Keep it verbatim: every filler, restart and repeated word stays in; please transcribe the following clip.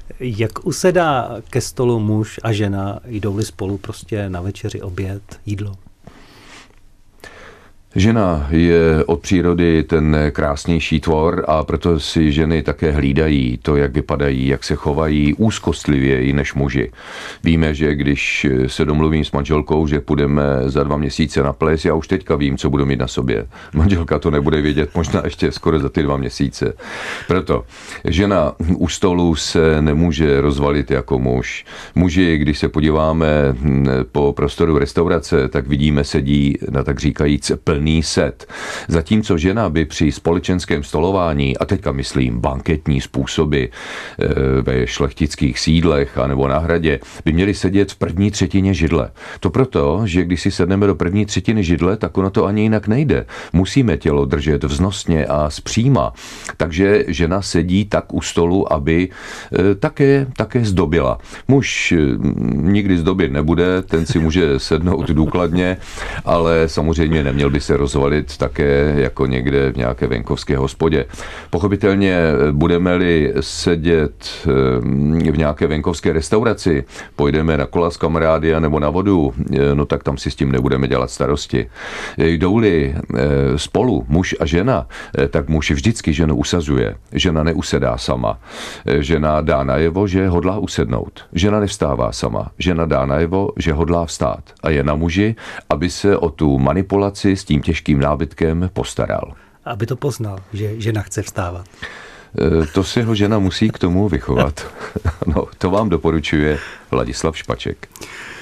Jak usedá ke stolu muž a žena, jdou-li spolu prostě na večeři, oběd, jídlo? Žena je od přírody ten krásnější tvor a proto si ženy také hlídají to, jak vypadají, jak se chovají úzkostlivěji než muži. Víme, že když se domluvím s manželkou, že půjdeme za dva měsíce na ples, já už teďka vím, co budu mít na sobě. Manželka to nebude vědět možná ještě skoro za ty dva měsíce. Proto žena u stolu se nemůže rozvalit jako muž. Muži, když se podíváme po prostoru restaurace, tak vidíme, sedí na tak říkajíc plný set. Zatímco žena by při společenském stolování, a teďka myslím banketní způsoby e, ve šlechtických sídlech anebo na hradě, by měly sedět v první třetině židle. To proto, že když si sedneme do první třetiny židle, tak ono to ani jinak nejde. Musíme tělo držet vznosně a zpříma. Takže žena sedí tak u stolu, aby e, také, také zdobila. Muž e, nikdy zdobit nebude, ten si může sednout důkladně, ale samozřejmě neměl by se rozvalit také jako někde v nějaké venkovské hospodě. Pochopitelně budeme-li sedět v nějaké venkovské restauraci, pojdeme na kola s kamarády nebo na vodu, no tak tam si s tím nebudeme dělat starosti. Jdou-li spolu muž a žena, tak muž vždycky ženu usazuje. Žena neusedá sama. Žena dá najevo, že hodlá usednout. Žena nevstává sama. Žena dá najevo, že hodlá vstát. A je na muži, aby se o tu manipulaci s tím těžkým nábytkem postaral. Aby to poznal, že žena chce vstávat. To si ho žena musí k tomu vychovat. No, to vám doporučuje Ladislav Špaček.